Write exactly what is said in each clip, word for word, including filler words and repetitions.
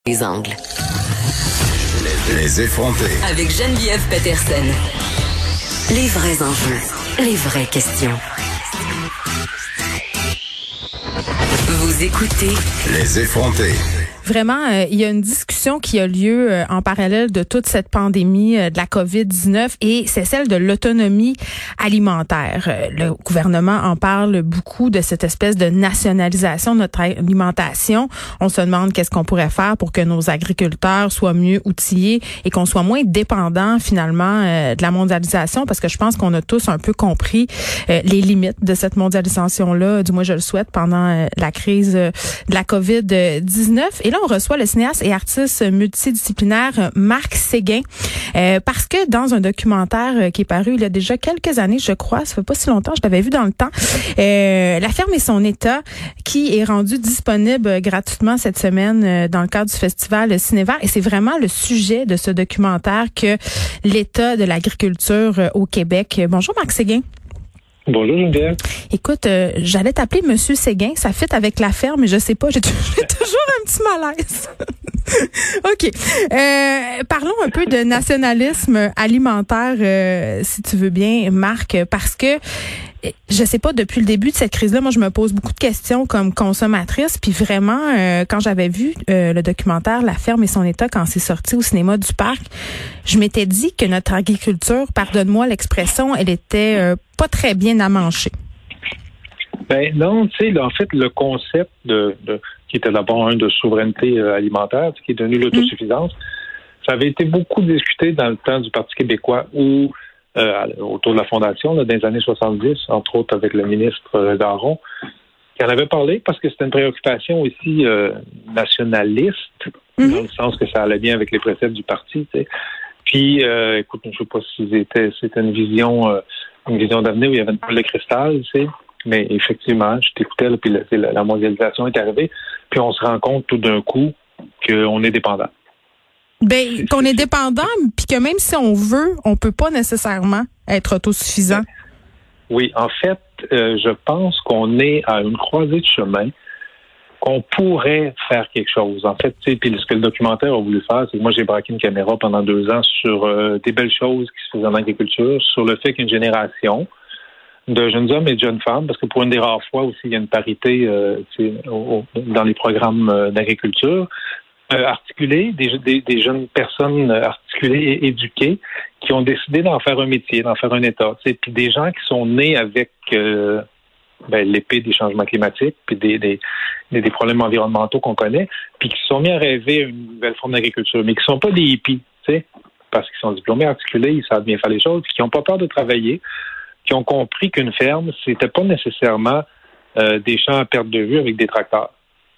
les angles. Les effronter. Avec Geneviève Peterson. Les vrais enjeux, les vraies questions. Vous écoutez Les effronter. Vraiment, euh, il y a une discussion qui a lieu euh, en parallèle de toute cette pandémie euh, de la covid dix-neuf et c'est celle de l'autonomie alimentaire. Euh, le gouvernement en parle beaucoup de cette espèce de nationalisation de notre alimentation. On se demande qu'est-ce qu'on pourrait faire pour que nos agriculteurs soient mieux outillés et qu'on soit moins dépendants finalement euh, de la mondialisation parce que je pense qu'on a tous un peu compris euh, les limites de cette mondialisation-là, du moins je le souhaite, pendant euh, la crise euh, de la covid dix-neuf. Et là, on reçoit le cinéaste et artiste multidisciplinaire Marc Séguin euh, parce que dans un documentaire euh, qui est paru il y a déjà quelques années, je crois, ça fait pas si longtemps, je l'avais vu dans le temps, euh, La ferme et son état, qui est rendu disponible gratuitement cette semaine euh, dans le cadre du festival Cinévert. Et c'est vraiment le sujet de ce documentaire que l'état de l'agriculture euh, au Québec. Bonjour Marc Séguin. Bonjour Geneviève. Écoute, euh, j'allais t'appeler Monsieur Séguin, ça fit avec la ferme, mais je sais pas, j'ai, t- j'ai toujours un petit malaise. OK. Euh, parlons un peu de nationalisme alimentaire, euh, si tu veux bien, Marc, parce que je sais pas, depuis le début de cette crise-là, moi, je me pose beaucoup de questions comme consommatrice. Puis vraiment, euh, quand j'avais vu euh, le documentaire La ferme et son état, quand c'est sorti au cinéma du Parc, je m'étais dit que notre agriculture, pardonne-moi l'expression, elle était euh, pas très bien amanchée. Ben non, tu sais, en fait, le concept de, de qui était d'abord un de souveraineté euh, alimentaire, qui est devenu l'autosuffisance, mmh. ça avait été beaucoup discuté dans le temps du Parti québécois où Euh, autour de la Fondation, là, dans les années soixante-dix, entre autres avec le ministre euh, Daron, qui en avait parlé parce que c'était une préoccupation aussi euh, nationaliste, mm-hmm. dans le sens que ça allait bien avec les préceptes du parti. Tu sais. Puis, euh, écoute, je ne sais pas si c'était, c'était une vision euh, une vision d'avenir où il y avait une boule de cristal, tu sais. Mais effectivement, je t'écoutais, là, puis la, la mondialisation est arrivée, puis on se rend compte tout d'un coup qu'on est dépendant. Ben, qu'on est dépendant, puis que même si on veut, on peut pas nécessairement être autosuffisant. Oui, en fait, euh, je pense qu'on est à une croisée de chemin, qu'on pourrait faire quelque chose. En fait, tu sais, puis ce que le documentaire a voulu faire, c'est que moi, j'ai braqué une caméra pendant deux ans sur euh, des belles choses qui se faisaient en agriculture, sur le fait qu'une génération de jeunes hommes et de jeunes femmes, parce que pour une des rares fois aussi, il y a une parité euh, tu sais, au, dans les programmes euh, d'agriculture, Euh, articulés, des, des, des jeunes personnes articulées et éduquées qui ont décidé d'en faire un métier, d'en faire un état. Puis des gens qui sont nés avec euh, ben, l'épée des changements climatiques, puis des, des, des, des problèmes environnementaux qu'on connaît, puis qui se sont mis à rêver à une nouvelle forme d'agriculture, mais qui ne sont pas des hippies, parce qu'ils sont diplômés, articulés, ils savent bien faire les choses, puis qui n'ont pas peur de travailler, qui ont compris qu'une ferme, c'était pas nécessairement euh, des champs à perte de vue avec des tracteurs.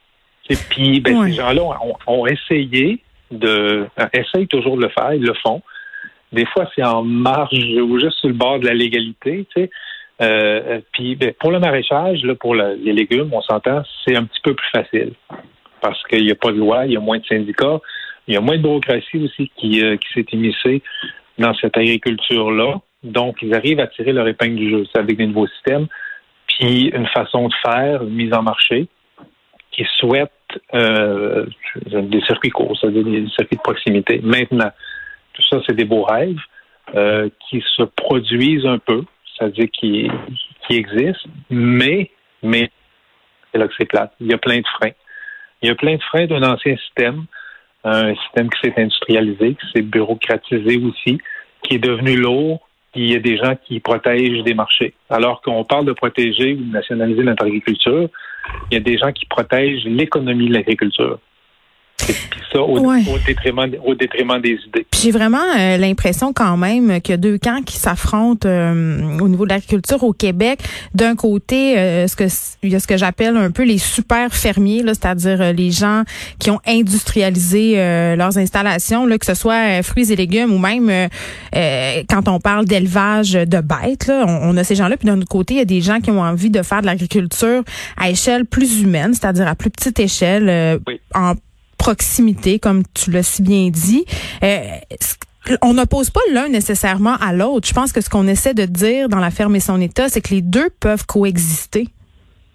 Et puis, ben, ouais. Ces gens-là ont, ont essayé de, essayent toujours de le faire, ils le font. Des fois, c'est en marge ou juste sur le bord de la légalité, tu sais. Euh, puis, ben, pour le maraîchage, là, pour la, les légumes, on s'entend, c'est un petit peu plus facile parce qu'il n'y a pas de loi, il y a moins de syndicats, il y a moins de bureaucratie aussi qui, euh, qui s'est immiscée dans cette agriculture-là. Donc, ils arrivent à tirer leur épingle du jeu, c'est avec des nouveaux systèmes, puis une façon de faire, une mise en marché, qui souhaitent euh, des circuits courts, c'est-à-dire des circuits de proximité. Maintenant, tout ça, c'est des beaux rêves euh, qui se produisent un peu, c'est-à-dire qui, qui existent, mais, mais c'est là que c'est plate. Il y a plein de freins. Il y a plein de freins d'un ancien système, un système qui s'est industrialisé, qui s'est bureaucratisé aussi, qui est devenu lourd. Il y a des gens qui protègent des marchés. Alors qu'on parle de protéger ou de nationaliser notre agriculture, il y a des gens qui protègent l'économie de l'agriculture. Et puis ça, au, ouais. au, détriment, au détriment des idées. Puis j'ai vraiment euh, l'impression quand même qu'il y a deux camps qui s'affrontent euh, au niveau de l'agriculture au Québec. D'un côté, euh, ce que il y a ce que j'appelle un peu les super fermiers, là, c'est-à-dire euh, les gens qui ont industrialisé euh, leurs installations, là, que ce soit euh, fruits et légumes ou même euh, euh, quand on parle d'élevage de bêtes, là, on, on a ces gens-là. Puis d'un autre côté, il y a des gens qui ont envie de faire de l'agriculture à échelle plus humaine, c'est-à-dire à plus petite échelle, euh, oui. en proximité, comme tu l'as si bien dit. Euh, on n'oppose pas l'un nécessairement à l'autre. Je pense que ce qu'on essaie de dire dans La ferme et son état, c'est que les deux peuvent coexister.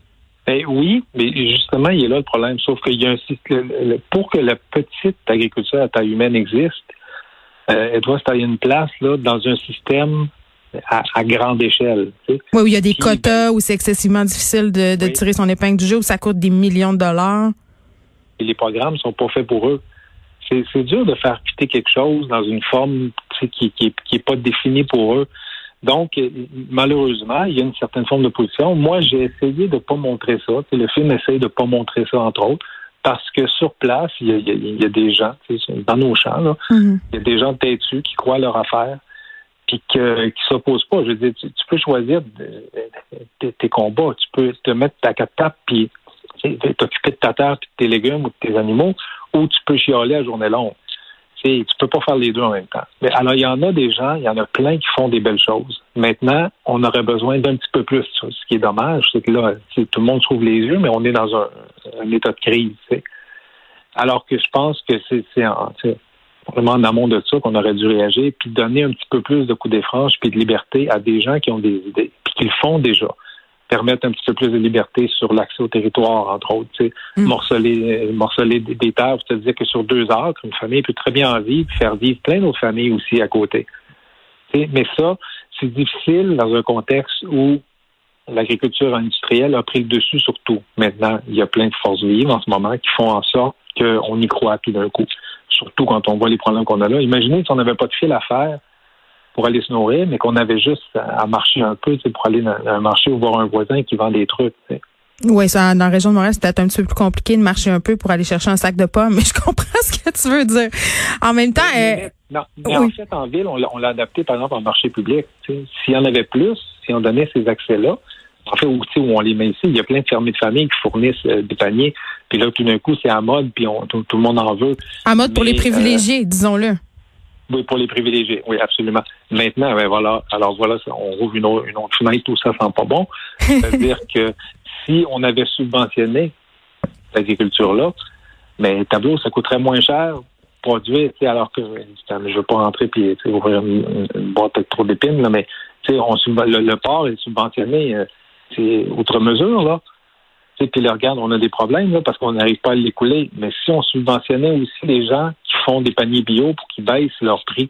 Ben oui, mais justement, il est là le problème. Sauf qu'il y a un système, pour que la petite agriculture à taille humaine existe, euh, elle doit se tailler une place là dans un système à, à grande échelle. Tu sais. Oui, où il y a des Puis, quotas, ben, où c'est excessivement difficile de, de oui. tirer son épingle du jeu, où ça coûte des millions de dollars. Et les programmes sont pas faits pour eux. C'est, c'est dur de faire quitter quelque chose dans une forme tu sais, qui, qui, qui est pas définie pour eux. Donc, malheureusement, il y a une certaine forme d'opposition. Moi, j'ai essayé de pas montrer ça. Tu sais, le film essaye de pas montrer ça, entre autres, parce que sur place, il y a, il y a, il y a des gens, tu sais, dans nos champs, là, mm-hmm. il y a des gens têtus qui croient à leur affaire, puis que, qui s'opposent pas. Je veux dire, tu, tu peux choisir de, de, tes combats. Tu peux te mettre ta quatre tapes, puis t'occuper de ta terre, puis de tes légumes ou de tes animaux, ou tu peux chialer à journée longue. Tu peux pas faire les deux en même temps. Mais alors, il y en a des gens, il y en a plein qui font des belles choses. Maintenant, on aurait besoin d'un petit peu plus. Ce qui est dommage, c'est que là, tout le monde trouve les yeux, mais on est dans un, un état de crise. T'sais. Alors que je pense que c'est, c'est en, vraiment en amont de ça qu'on aurait dû réagir, puis donner un petit peu plus de coups des franches, puis de liberté à des gens qui ont des idées, puis qui le font déjà. Permettre un petit peu plus de liberté sur l'accès au territoire, entre autres. Tu sais, mm. morceler, morceler des, des terres. Je te disais que sur deux acres, une famille peut très bien en vivre, faire vivre plein d'autres familles aussi à côté. Tu sais, mais ça, c'est difficile dans un contexte où l'agriculture industrielle a pris le dessus sur tout. Maintenant, il y a plein de forces vives en ce moment qui font en sorte qu'on y croit tout d'un coup. Surtout quand on voit les problèmes qu'on a là. Imaginez si on n'avait pas de fil à faire pour aller se nourrir, mais qu'on avait juste à marcher un peu, tu sais, pour aller dans un marché ou voir un voisin qui vend des trucs. Tu sais. Oui, ça, dans la région de Montréal, c'est peut-être un petit peu plus compliqué de marcher un peu pour aller chercher un sac de pommes, mais je comprends ce que tu veux dire. En même temps... Mais, euh, non, mais oui. En fait, en ville, on l'a, on l'a adapté, par exemple, en marché public. Tu sais. S'il y en avait plus, si on donnait ces accès-là, en fait, où, tu sais, où on les met ici, il y a plein de fermiers de famille qui fournissent euh, des paniers, puis là, tout d'un coup, c'est à mode, puis on, tout, tout le monde en veut. À mode mais, pour les privilégiés, euh, disons-le. Oui, pour les privilégiés, oui, absolument. Maintenant, ben voilà, alors voilà, on rouvre une autre, une autre fenêtre, tout ça sent pas bon. C'est-à-dire que si on avait subventionné cette agriculture-là, mais tableau, ça coûterait moins cher produire, tu sais, alors que je veux pas rentrer puis ouvrir une, une boîte avec trop d'épines, là, mais tu sais, on le, le porc est subventionné, euh, c'est outre mesure, là. Puis là, regarde, on a des problèmes là, parce qu'on n'arrive pas à l'écouler. Mais si on subventionnait aussi les gens qui font des paniers bio pour qu'ils baissent leur prix,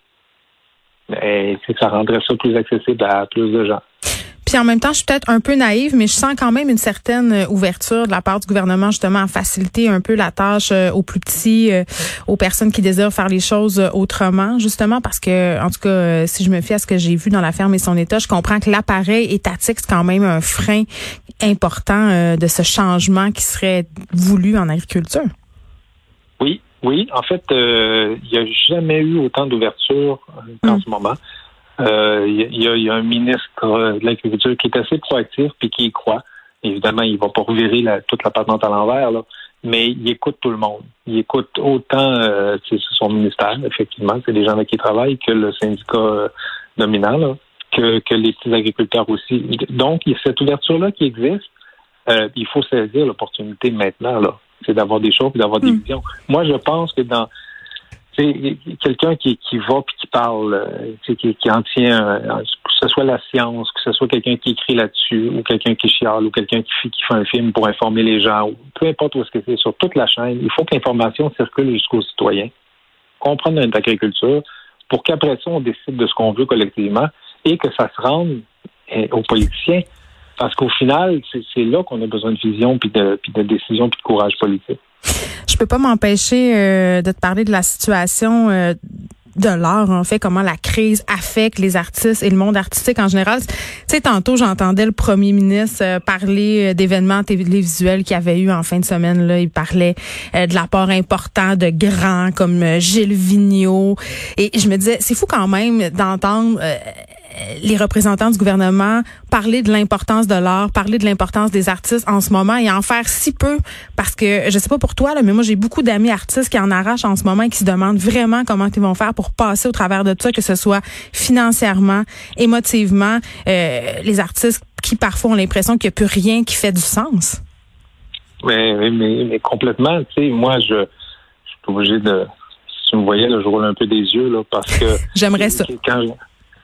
ben, ça rendrait ça plus accessible à plus de gens. Puis en même temps, je suis peut-être un peu naïve, mais je sens quand même une certaine ouverture de la part du gouvernement justement à faciliter un peu la tâche aux plus petits, aux personnes qui désirent faire les choses autrement, justement parce que, en tout cas, si je me fie à ce que j'ai vu dans la ferme et son état, je comprends que l'appareil étatique, c'est quand même un frein important de ce changement qui serait voulu en agriculture. Oui, oui. En fait, euh, il n'y a jamais eu autant d'ouverture qu'en mmh. ce moment. Il euh, y, y, y a un ministre de l'Agriculture qui est assez proactif puis qui y croit. Évidemment, il va pas revirer la, toute la patente à l'envers, là, mais il écoute tout le monde. Il écoute autant euh, son ministère, effectivement, c'est les gens avec qui il travaille, que le syndicat euh, dominant, là, que, que les petits agriculteurs aussi. Donc, il y a cette ouverture-là qui existe. Euh, il faut saisir l'opportunité maintenant, là. C'est d'avoir des choses et d'avoir mmh. des visions. Moi, je pense que dans c'est quelqu'un qui, qui va puis qui parle, qui, qui en tient, que ce soit la science, que ce soit quelqu'un qui écrit là-dessus, ou quelqu'un qui chiale, ou quelqu'un qui fait, qui fait un film pour informer les gens, ou peu importe où est-ce que c'est, sur toute la chaîne, il faut que l'information circule jusqu'aux citoyens, comprendre notre agriculture, pour qu'après ça, on décide de ce qu'on veut collectivement, et que ça se rende eh, aux politiciens. Parce qu'au final, c'est, c'est là qu'on a besoin de vision, puis de, puis de décision, puis de courage politique. Je peux pas m'empêcher euh, de te parler de la situation euh, de l'art, en fait, comment la crise affecte les artistes et le monde artistique en général. Tu sais, tantôt, j'entendais le premier ministre euh, parler d'événements télévisuels qu'il y avait eu en fin de semaine. Là, il parlait euh, de l'apport important de grands comme euh, Gilles Vigneault. Et je me disais, c'est fou quand même d'entendre euh, les représentants du gouvernement parler de l'importance de l'art, parler de l'importance des artistes en ce moment et en faire si peu parce que, je sais pas pour toi, là, mais moi, j'ai beaucoup d'amis artistes qui en arrachent en ce moment et qui se demandent vraiment comment ils vont faire pour passer au travers de ça, que ce soit financièrement, émotivement, euh, les artistes qui parfois ont l'impression qu'il n'y a plus rien qui fait du sens. Mais, mais, mais complètement, tu sais, moi, je, je suis obligé de, si tu me voyais, là, je roule un peu des yeux, là, parce que... J'aimerais ça. Quand,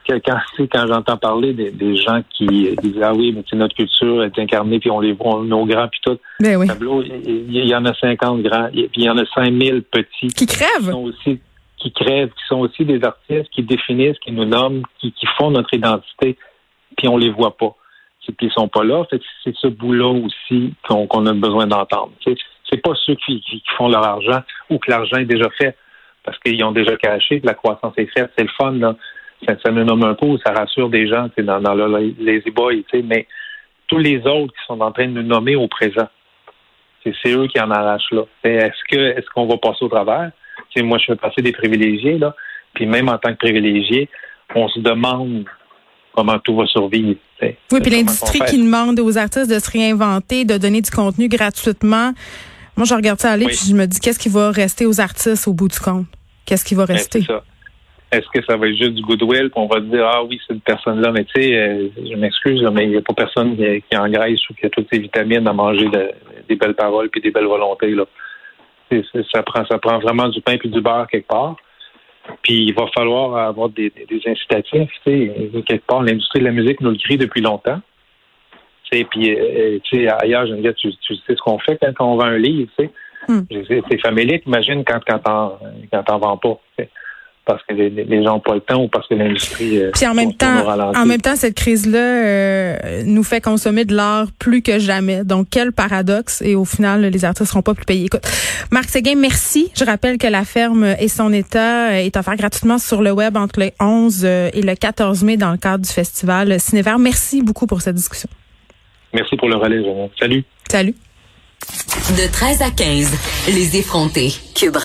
quand, quand, quand j'entends parler des, des gens qui disent ah oui, mais notre culture est incarnée, puis on les voit, nos grands, puis tout. Ben oui. Tableau, il y, y en a cinquante grands, puis il y en a cinq mille petits. Qui crèvent. Qui sont aussi, qui crèvent, qui sont aussi des artistes, qui définissent, qui nous nomment, qui, qui font notre identité, puis on les voit pas. Puis ils sont pas là. Fait que c'est ce bout-là aussi qu'on, qu'on a besoin d'entendre. T'sais. C'est pas ceux qui, qui font leur argent ou que l'argent est déjà fait parce qu'ils ont déjà caché que la croissance est faite. C'est le fun, là. Ça, ça me nomme un peu, ça rassure des gens dans, dans le Lazy Boy, mais tous les autres qui sont en train de nous nommer au présent, c'est, c'est eux qui en arrachent là. Est-ce que est-ce qu'on va passer au travers? T'sais, moi, je fais passer des privilégiés, là, puis même en tant que privilégié, on se demande comment tout va survivre. T'sais. Oui, puis l'industrie qui demande aux artistes de se réinventer, de donner du contenu gratuitement. Moi, je regarde ça aller, oui. Puis je me dis, qu'est-ce qui va rester aux artistes au bout du compte? Qu'est-ce qui va rester? Ben, c'est ça. Est-ce que ça va être juste du goodwill, puis on va dire, ah oui, cette personne-là, mais tu sais, euh, je m'excuse, là, mais il n'y a pas personne qui, qui engraisse ou qui a toutes ses vitamines à manger de, des belles paroles puis des belles volontés, là. C'est, c'est, ça prend, ça prend vraiment du pain puis du beurre quelque part. Puis il va falloir avoir des, des, des incitatifs, tu sais, quelque part, l'industrie de la musique nous le crie depuis longtemps. Tu sais, puis, euh, tu sais, ailleurs, je me dis, tu, tu sais ce qu'on fait quand on vend un livre, tu sais. Mm. C'est, c'est famélique, imagine quand, quand t'en, quand t'en vends pas, tu sais. Parce que les, les gens n'ont pas le temps ou parce que l'industrie. Euh, Puis en même temps, en même temps, cette crise-là euh, nous fait consommer de l'art plus que jamais. Donc quel paradoxe. Et au final, les artistes seront pas plus payés. Écoute, Marc Séguin, merci. Je rappelle que La Ferme et son état est offert gratuitement sur le web entre le onze et le quatorze mai dans le cadre du festival Cinévert. Merci beaucoup pour cette discussion. Merci pour le relais, Jeannette. Salut. Salut. De treize à quinze, les effrontés. Cube